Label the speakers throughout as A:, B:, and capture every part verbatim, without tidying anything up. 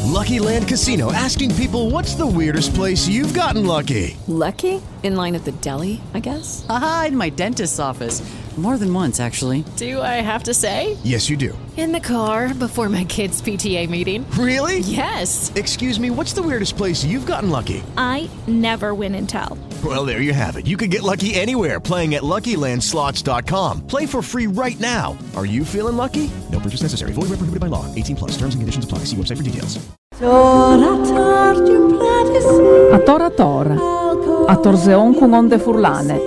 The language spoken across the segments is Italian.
A: Lucky Land Casino, asking people, what's the weirdest place you've gotten lucky?
B: Lucky? In line at the deli, I guess?
C: Aha, in my dentist's office. More than once, actually.
B: Do I have to say?
A: Yes, you do.
B: In the car before my kids' P T A meeting.
A: Really?
B: Yes.
A: Excuse me, what's the weirdest place you've gotten lucky?
D: I never win and tell.
A: Well, there you have it. You can get lucky anywhere, playing at Lucky Land Slots dot com. Play for free right now. Are you feeling lucky? No purchase necessary. Void where prohibited by law. eighteen plus. Terms and conditions apply. See website for details.
E: A Tora Tora, a Torseon con onde furlane.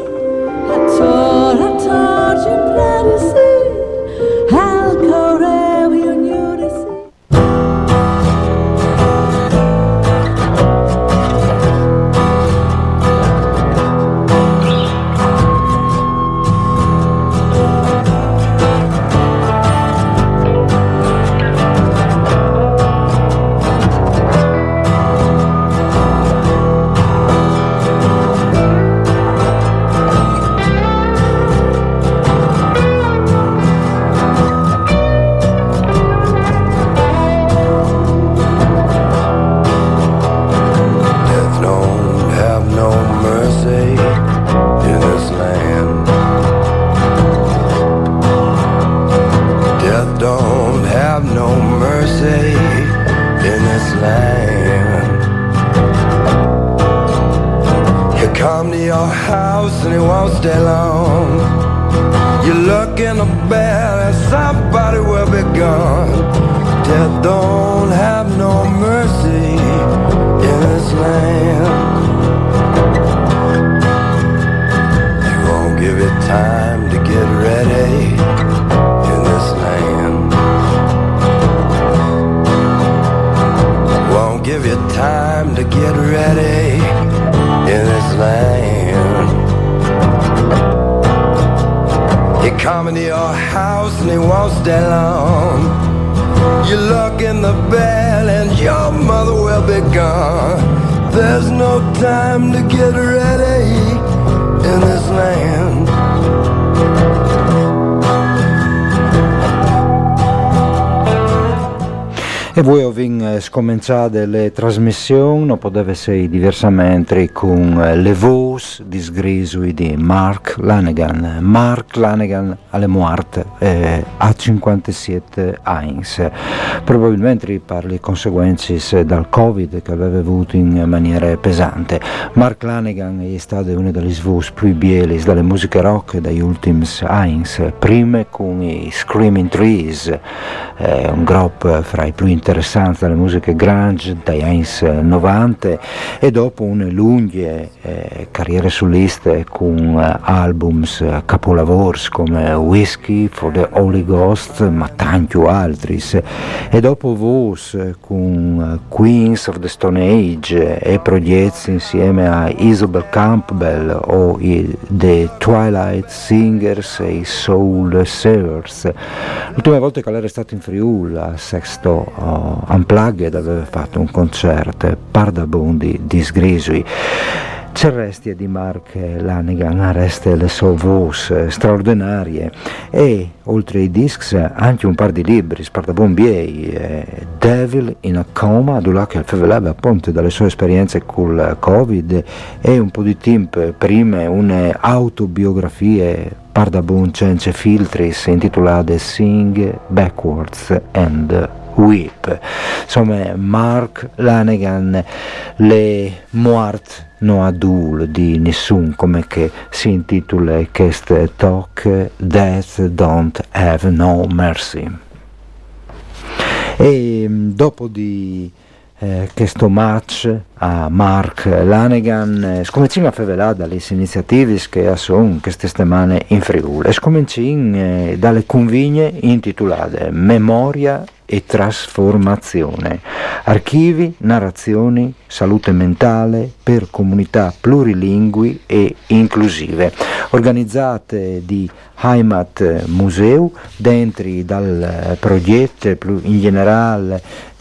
E: E voi avete scominciato le trasmissioni, non poteva essere diversamente con le voci disgrisui di Mark Lanegan. Mark Lanegan alle morte eh, a cinquantasette anni, probabilmente per le conseguenze dal Covid che aveva avuto in maniera pesante. Mark Lanegan è stato una delle voci più belle dalle musiche rock dagli ultimi anni, prima con i Screaming Trees, eh, un gruppo fra i più interessanti dalle musiche grunge dagli anni novanta, e dopo una lunga eh, carriera solista con uh, albums uh, capolavori come Whiskey for the Holy Ghost, ma tanti altri, e dopo voce con uh, Queens of the Stone Age e progetti insieme a Isobel Campbell o i The Twilight Singers e i Soul Savers. L'ultima volta che lei era stato in Friuli a Sexto uh, Unplugged aveva fatto un concerto pardabondi disgrisui. C'è resti di Mark Lanegan, resta le sue voci straordinarie e oltre ai discs anche un par di libri spardabombiei, eh, Devil in a Coma, dove che favelava appunto dalle sue esperienze col Covid, e un po' di tempo prima un'autobiografia pardabon senza filtri intitolate Sing Backwards and Weep. Insomma, Mark Lanegan, le morte no adul di nessun, come che si intitola questo talk, Death Don't Have No Mercy. E dopo di eh, questo match a Mark Lanegan, eh, scominciamo a favelare dalle iniziative che sono queste settimane in Friuli, e scominciamo eh, dalle convigne intitolate Memoria e trasformazione, archivi, narrazioni, salute mentale per comunità plurilingui e inclusive, organizzate di Heimat Museu, dentro dal progetto più in generale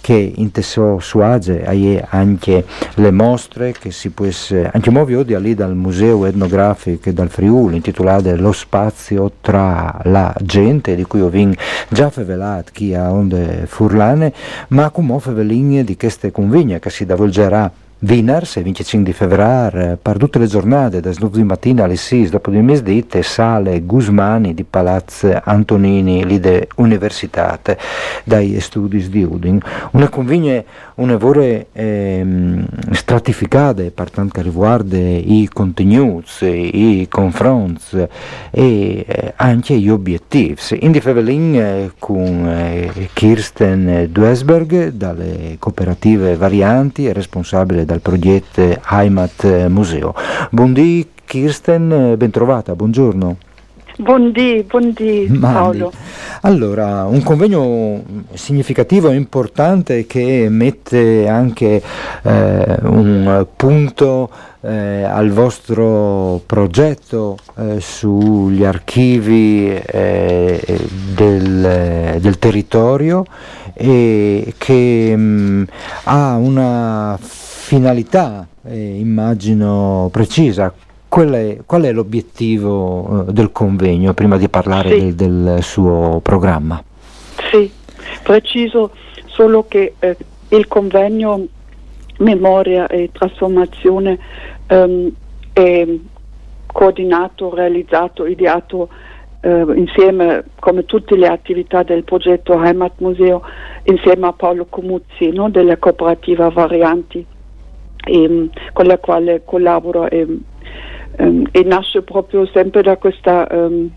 E: che inteso suage hai anche le mostre che si può anche muovi oggi lì dal Museo Etnografico dal Friuli intitolate Lo spazio tra la gente, di cui ho vin già fevelat chi a onde furlane, ma come fevelin di queste convigne che si davolgerà Vinars, venticinque di febbraio, per tutte le giornate, da nove di mattina alle sei, dopo di mezzodite, sale Guzmani di Palazzo Antonini, lì de Università, dai studi di Udin. Una convigne, una vore ehm, stratificate, per tanto che riguarda i contenuti, i confronti e eh, anche gli obiettivi. In di Fevelin eh, con eh, Kirsten Duesberg, dalle cooperative Varianti, responsabile dal progetto Heimat Museo. Buondì Kirsten, ben trovata, buongiorno.
F: Buondì, buondì Paolo.
E: Allora, un convegno significativo e importante che mette anche eh, un punto eh, al vostro progetto eh, sugli archivi eh, del, del territorio e che mh, ha una finalità, eh, immagino, precisa. Qual è, qual è l'obiettivo eh, del convegno, prima di parlare
F: sì.
E: del, del suo programma?
F: Sì, preciso solo che eh, il convegno Memoria e Trasformazione ehm, è coordinato, realizzato, ideato eh, insieme, come tutte le attività del progetto Heimat Museo, insieme a Paolo Comuzzi, no, della cooperativa Varianti, e, con la quale collaboro e, um, e nasce proprio sempre da questa um,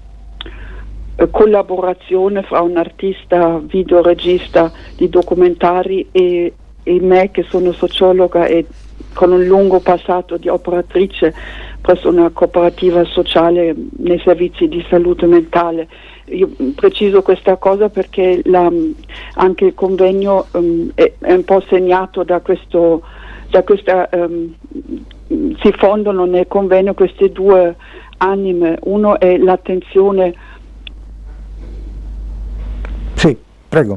F: collaborazione fra un artista, videoregista di documentari e, e me che sono sociologa e con un lungo passato di operatrice presso una cooperativa sociale nei servizi di salute mentale. Io preciso questa cosa perché la, anche il convegno um, è, è un po' segnato da questo da questa um, si fondono nel convegno queste due anime. Uno è l'attenzione
E: sì, prego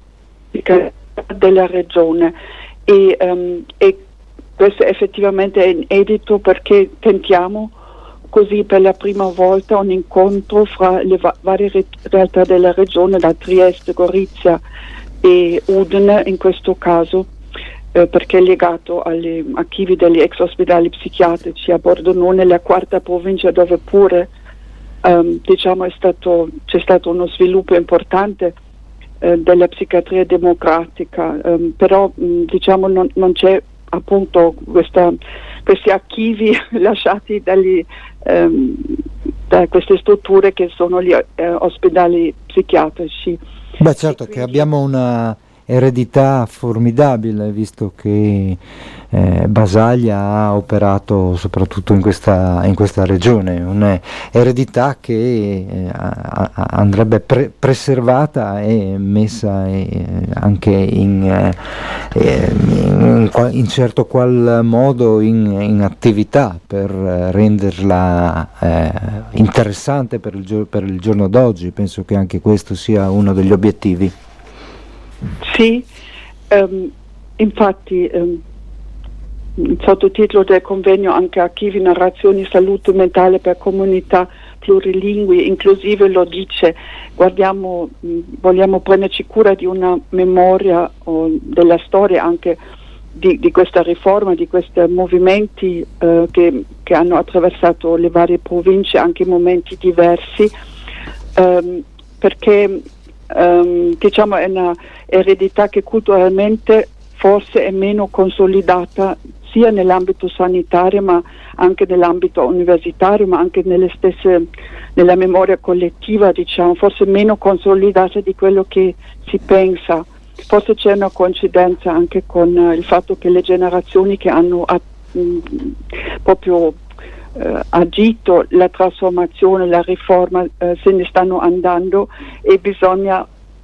F: della regione e, um, e questo effettivamente è inedito perché tentiamo così per la prima volta un incontro fra le va- varie re- realtà della regione, da Trieste, Gorizia e Udine in questo caso, Eh, perché è legato agli archivi degli ex ospedali psichiatrici a Bordonone, la quarta provincia dove pure um, diciamo è stato, c'è stato uno sviluppo importante eh, della psichiatria democratica, um, però mh, diciamo non, non c'è appunto questa, questi archivi lasciati dagli, um, da queste strutture che sono gli eh, ospedali psichiatrici.
E: Beh, certo che abbiamo una eredità formidabile, visto che eh, Basaglia ha operato soprattutto in questa, in questa regione, un'eredità che eh, a, a andrebbe pre- preservata e messa eh, anche in, eh, in, in certo qual modo in, in attività per renderla eh, interessante per il, gio- per il giorno d'oggi. Penso che anche questo sia uno degli obiettivi.
F: Sì, um, infatti um, il sottotitolo del convegno anche archivi, narrazioni, salute mentale per comunità plurilingui, inclusive lo dice, guardiamo, mh, vogliamo prenderci cura di una memoria o della storia anche di, di questa riforma, di questi movimenti uh, che, che hanno attraversato le varie province anche in momenti diversi, um, perché Um, diciamo è una eredità che culturalmente forse è meno consolidata sia nell'ambito sanitario ma anche nell'ambito universitario, ma anche nelle stesse, nella memoria collettiva, diciamo, forse meno consolidata di quello che si pensa. Forse c'è una coincidenza anche con uh, il fatto che le generazioni che hanno uh, mh, proprio Uh, agito la trasformazione, la riforma, uh, se ne stanno andando e bisogna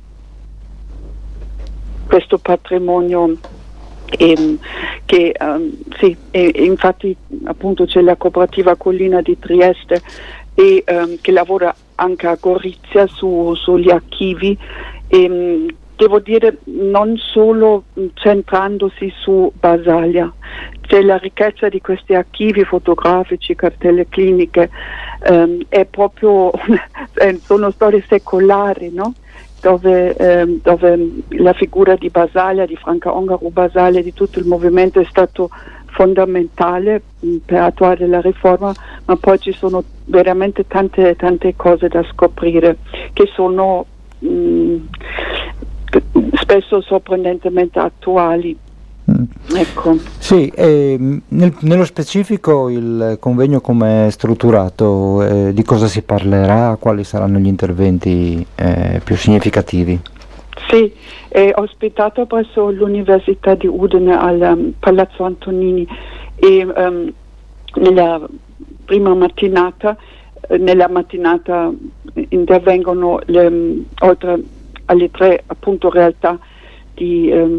F: questo patrimonio ehm, che um, sì, e, e infatti appunto c'è la cooperativa Collina di Trieste e um, che lavora anche a Gorizia su, sugli archivi e, um, devo dire non solo centrandosi su Basaglia, c'è la ricchezza di questi archivi fotografici, cartelle cliniche, ehm, è proprio sono storie secolari, no? Dove, ehm, dove la figura di Basaglia, di Franca Ongaro Basaglia, di tutto il movimento è stato fondamentale mh, per attuare la riforma, ma poi ci sono veramente tante tante cose da scoprire che sono mh, spesso sorprendentemente attuali.
E: Mm.
F: Ecco.
E: Sì, e nel, nello specifico il convegno come è strutturato, eh, di cosa si parlerà, quali saranno gli interventi eh, più significativi?
F: Sì, è ospitato presso l'Università di Udine al um, Palazzo Antonini e um, nella prima mattinata, eh, nella mattinata intervengono le, um, oltre alle tre appunto realtà di um,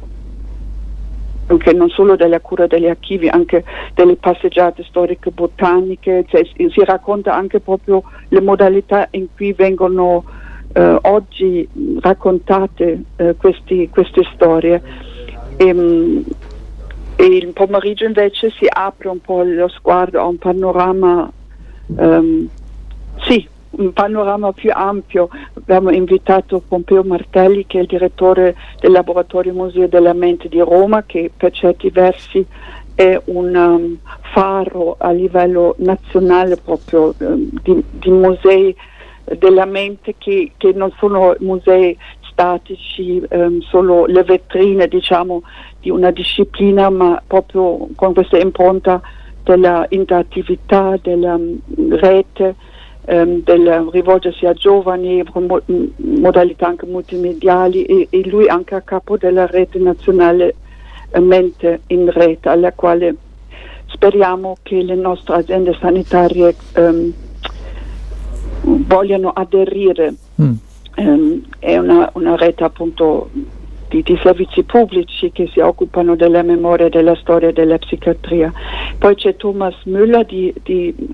F: anche non solo della cura degli archivi, anche delle passeggiate storiche botaniche, cioè si racconta anche proprio le modalità in cui vengono eh, oggi raccontate eh, questi, queste storie. E, mh, e il pomeriggio invece si apre un po' lo sguardo a un panorama, um, sì, un panorama più ampio. Abbiamo invitato Pompeo Martelli, che è il direttore del Laboratorio Museo della Mente di Roma, che per certi versi è un um, faro a livello nazionale proprio um, di, di musei della mente che, che non sono musei statici, um, solo le vetrine, diciamo, di una disciplina, ma proprio con questa impronta della interattività, della um, rete, Um, del rivolgersi a giovani, mo- modalità anche multimediali, e, e lui anche a capo della rete nazionale eh, Mente in Rete, alla quale speriamo che le nostre aziende sanitarie um, vogliano aderire. Mm. Um, è una, una rete appunto di, di servizi pubblici che si occupano della memoria, della storia e della psichiatria. Poi c'è Thomas Müller di, di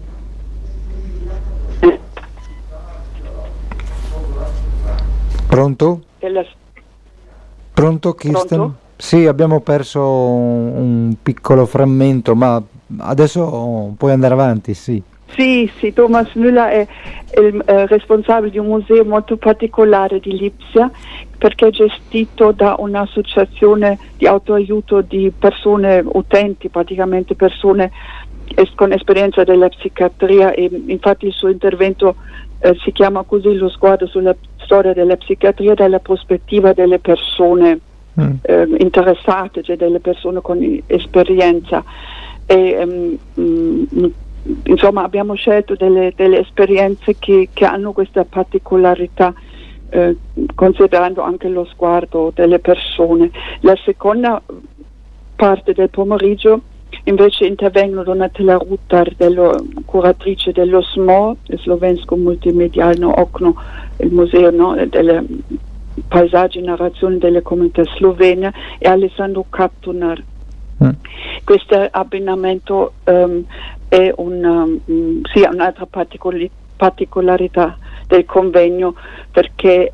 E: Pronto?
F: Della...
E: Pronto, Kirsten?
F: Pronto?
E: Sì, abbiamo perso un, un piccolo frammento, ma adesso puoi andare avanti, sì.
F: Sì, sì, Thomas Müller è il eh, responsabile di un museo molto particolare di Lipsia, perché è gestito da un'associazione di autoaiuto di persone, utenti, praticamente persone es- con esperienza della psichiatria, e infatti il suo intervento eh, si chiama così: lo sguardo sulla storia della psichiatria dalla prospettiva delle persone mm. eh, interessate, cioè delle persone con esperienza. E, um, um, insomma, abbiamo scelto delle, delle esperienze che, che hanno questa particolarità, eh, considerando anche lo sguardo delle persone. La seconda parte del pomeriggio invece intervengono Donatella Rutar, dello, curatrice dello S M O, il Slovensko multimedialno okno, il museo, no, delle paesaggi e narrazioni delle comunità slovene, e Alessandro Kattunar. Mm. Questo abbinamento um, è una, um, sì, un'altra particoli- particolarità del convegno, perché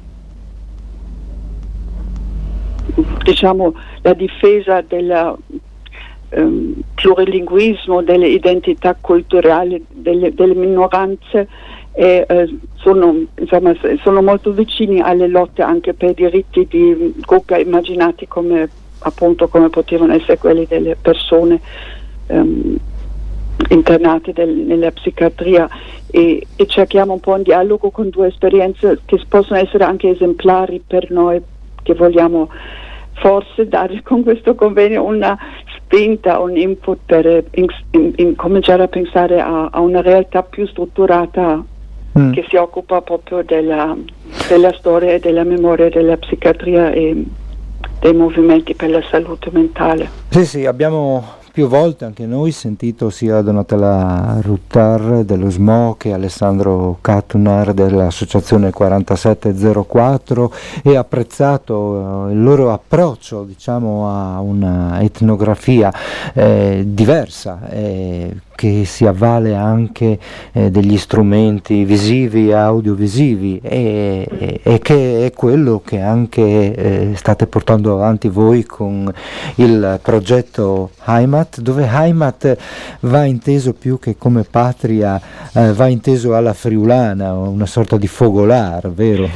F: diciamo la difesa del um, plurilinguismo, delle identità culturali, delle, delle minoranze e, eh, sono, insomma, sono molto vicini alle lotte anche per i diritti di gruppi immaginati come appunto come potevano essere quelli delle persone um, internate del, nella psichiatria, e, e cerchiamo un po' un dialogo con due esperienze che possono essere anche esemplari per noi, che vogliamo forse dare con questo convegno una spinta, un input per in, in, in cominciare a pensare a, a una realtà più strutturata mm. che si occupa proprio della, della storia e della memoria della psichiatria e dei movimenti per la salute mentale.
E: Sì, sì, abbiamo più volte anche noi sentito sia Donatella Ruttar dello S M O che Alessandro Catunar dell'associazione quarantasette zero quattro e apprezzato eh, il loro approccio, diciamo, a una etnografia eh, diversa eh, che si avvale anche eh, degli strumenti visivi e audiovisivi e, e, e che è quello che anche eh, state portando avanti voi con il progetto Heimat, dove Heimat va inteso più che come patria, eh, va inteso alla friulana, una sorta di fogolar, vero?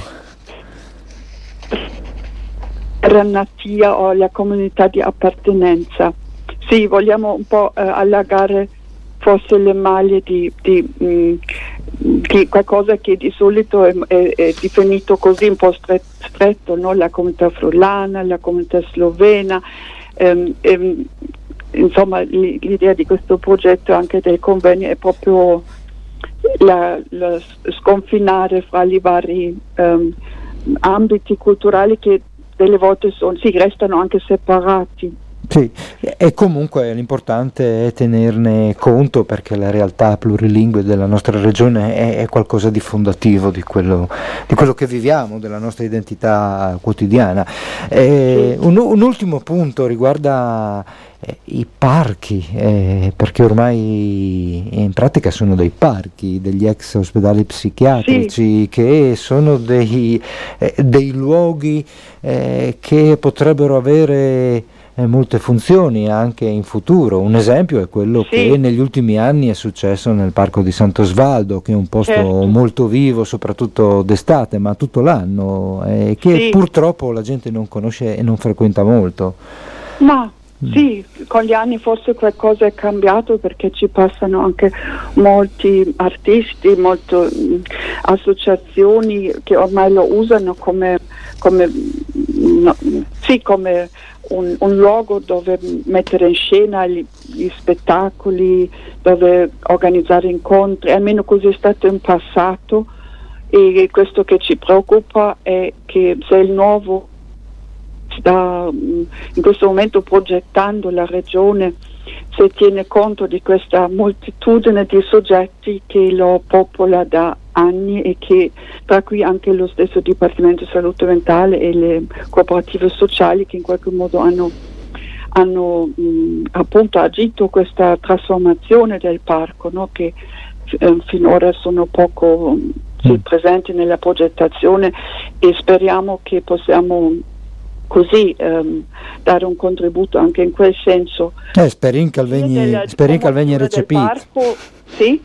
F: Terra natia o la comunità di appartenenza. Sì, vogliamo un po' eh, allargare forse le maglie di, di, mh, di qualcosa che di solito è, è, è definito così un po' stretto, stretto no? La comunità friulana, la comunità slovena, ehm, ehm, insomma l'idea di questo progetto anche del convegno è proprio la, la sconfinare fra i vari ehm, ambiti culturali che delle volte sono, sì, restano anche separati.
E: Sì, e comunque l'importante è tenerne conto perché la realtà plurilingue della nostra regione è, è qualcosa di fondativo di quello, di quello che viviamo, della nostra identità quotidiana. E un, un ultimo punto riguarda eh, i parchi, eh, perché ormai in pratica sono dei parchi, degli ex ospedali psichiatrici, sì, che sono dei, eh, dei luoghi eh, che potrebbero avere molte funzioni anche in futuro. Un esempio è quello sì. che negli ultimi anni è successo nel Parco di Sant'Osvaldo, che è un posto certo. molto vivo, soprattutto d'estate, ma tutto l'anno, e che sì. purtroppo la gente non conosce e non frequenta molto.
F: Ma mm. sì, con gli anni forse qualcosa è cambiato perché ci passano anche molti artisti, molte mh, associazioni che ormai lo usano come, come, no, sì, come Un, un luogo dove mettere in scena gli, gli spettacoli, dove organizzare incontri, almeno così è stato in passato, e questo che ci preoccupa è che se il nuovo sta in questo momento progettando la regione, se tiene conto di questa moltitudine di soggetti che lo popola da anni e che tra cui anche lo stesso Dipartimento di Salute Mentale e le cooperative sociali che in qualche modo hanno, hanno mh, appunto agito questa trasformazione del parco, no? Che eh, finora sono poco mh, sì, presenti nella progettazione, e speriamo che possiamo così ehm, dare un contributo anche in quel senso.
E: Eh, speriamo che venga recepito.
F: Parco, sì?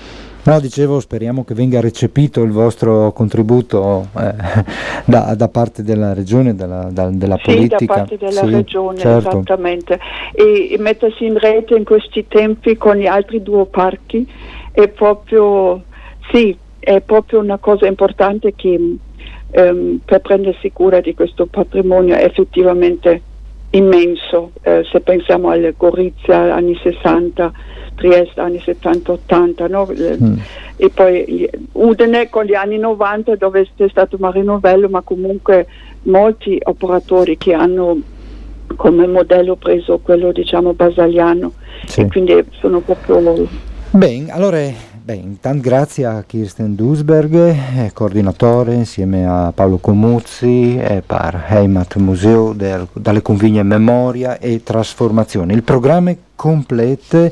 E: No, dicevo, speriamo che venga recepito il vostro contributo eh, da, da parte della regione, della, da, della
F: sì,
E: politica.
F: Sì, da parte della
E: sì,
F: regione,
E: certo.
F: esattamente. E, e mettersi in rete in questi tempi con gli altri due parchi è proprio, sì, è proprio una cosa importante che ehm, per prendersi cura di questo patrimonio è effettivamente immenso. Eh, se pensiamo alle Gorizia, anni sessanta, Trieste anni settanta ottanta, no? mm. E poi Udine con gli anni novanta dove c'è stato Marino Vello, ma comunque molti operatori che hanno come modello preso quello, diciamo, basaliano, sì. E quindi sono proprio...
E: Bene, allora... Beh, intanto grazie a Kirsten Duisberg, eh, coordinatore insieme a Paolo Comuzzi eh, per Heimat Museo del, dalle convigne Memoria e Trasformazione. Il programma complete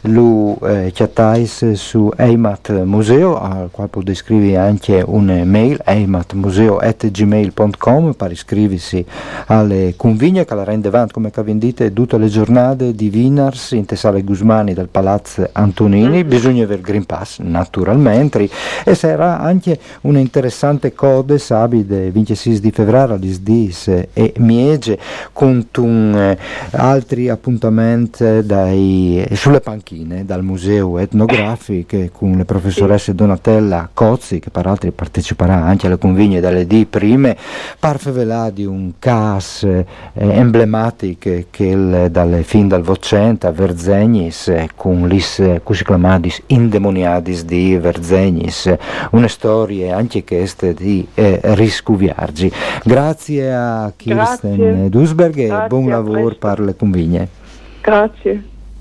E: lo eh, chattais su Heimat Museo, al quale può descrivere anche un'email heimatmuseo at gmail punto com per iscriversi alle convigne che la rende avanti, come vi dite, tutte le giornate di Vinars in Tessale Gusmani del Palazzo Antonini. Mm-hmm. Bisogna avere Green Pass naturalmente, e sarà anche un interessante code sabide ventisei di febbraio alle dis e miege con un, eh, altri appuntamenti dai, sulle panchine dal museo etnografico con le professoresse Donatella Cozzi, che peraltro parteciperà anche alle convigne dalle D prime, per favelà di un cas eh, emblematico che il, dalle fin dal Vocenta Verzegnis eh, con lis così chiamadis indemoniadis di Verzegnis, una storia anche queste di eh, riscuviargi. Grazie a Kirsten Duisberg e buon lavoro per le convigne.
F: Grazie.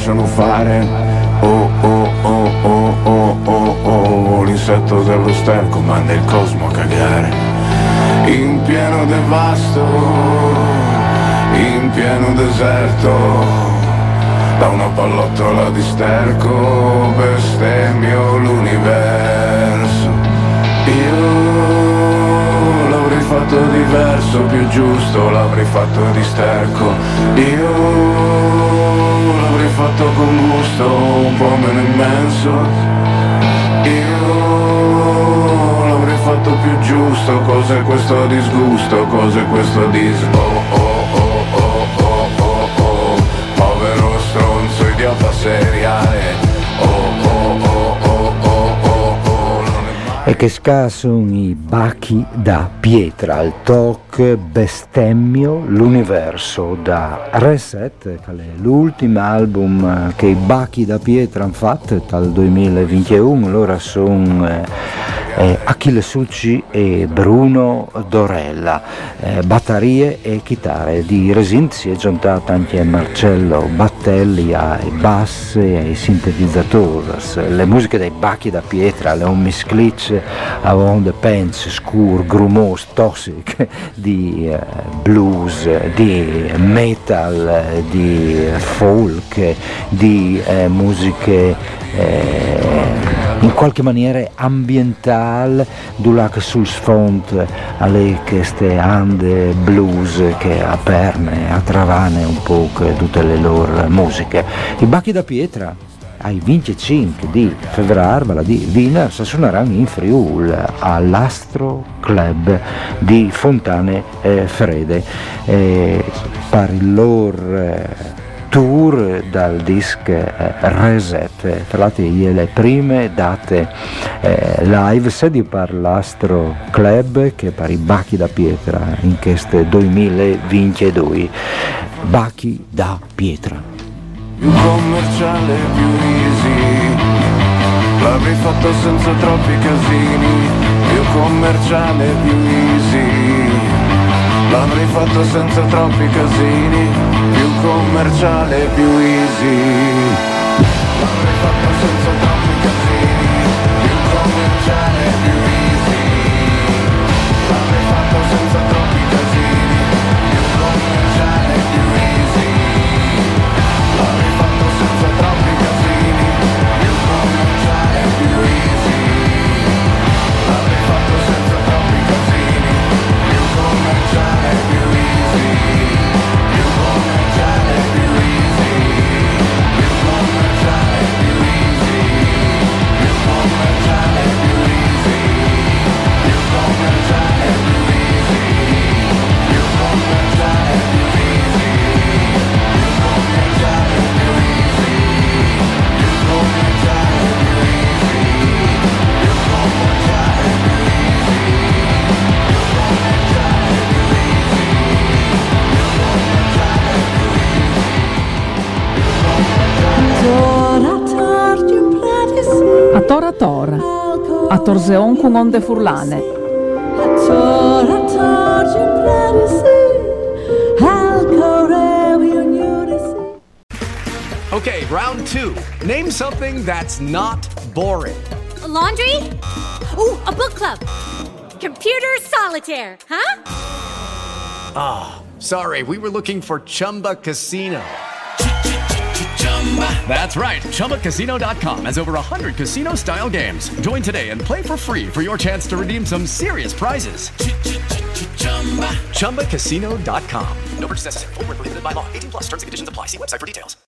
G: lasciano fare. Oh oh oh oh oh oh oh, l'insetto dello sterco manda il cosmo a cagare. In pieno devasto, in pieno deserto, da una pallottola di sterco bestemmio l'universo. Io l'avrei fatto diverso, più giusto, l'avrei fatto di sterco. Io l'avrei fatto con gusto, un po' meno immenso. Io l'avrei fatto più giusto, cos'è questo disgusto, cos'è questo dis... Oh oh oh oh oh oh oh, povero stronzo, idiota seriale. Oh oh oh oh oh oh oh, non è mai...
E: E che scassano i bachi da pietra, il talk bestemmio l'universo da Reset, che è l'ultimo album che i bachi da pietra hanno fatto dal duemilaventuno. Loro sono eh, eh, Achille Succi e Bruno Dorella, eh, batterie e chitarre. Di Resin si è giuntato anche Marcello Battelli ai bassi e ai sintetizzatori. Le musiche dei bachi da pietra, le un misclicce a onde pence, scur, grumos, toxic, di eh, blues, di metal, di folk, di eh, musiche eh, in qualche maniera ambientale, dulac sul sfondo alle queste ande blues che aperne, attravane un po' tutte le loro musiche. I bachi da pietra ai venticinque di febbraio di Wiener si suoneranno in Friuli all'Astro Club di Fontane eh, Frede eh, per il loro eh, tour dal disc eh, Reset. Tra l'altro le prime date eh, live sia per l'Astro Club che per i bachi da pietra in questo duemilaventidue. Bachi da pietra.
G: Più commerciale, più easy, l'avrei fatto senza troppi casini. Più commerciale, più easy, l'avrei fatto senza troppi casini. Più commerciale, più easy, l'avrei fatto senza troppi casini. Più commerciale, più easy, l'avrei fatto senza troppi casini. Più commerciale, più easy, l'avrei fatto senza troppi casini. Più commerciale, più easy, l'avrei fatto senza troppi casini. Più commerciale, più easy, più commerciale, più easy, più commerciale, più easy, più commerciale, più easy, più commerciale, più easy, più commerciale, più easy, più commerciale, più easy, più commerciale, più easy, più commerciale, più
H: A Tora Tora, a Torseon con onde furlane.
I: Okay, round two. Name something that's not boring.
J: A laundry? Ooh, a book club. Computer solitaire, huh?
I: Ah, oh, sorry, we were looking for Chumba Casino. That's right, Chumba Casino dot com has over one hundred casino-style games. Join today and play for free for your chance to redeem some serious prizes. Chumba Casino dot com. No purchase necessary. Void where prohibited by law. eighteen plus terms and conditions apply. See website for details.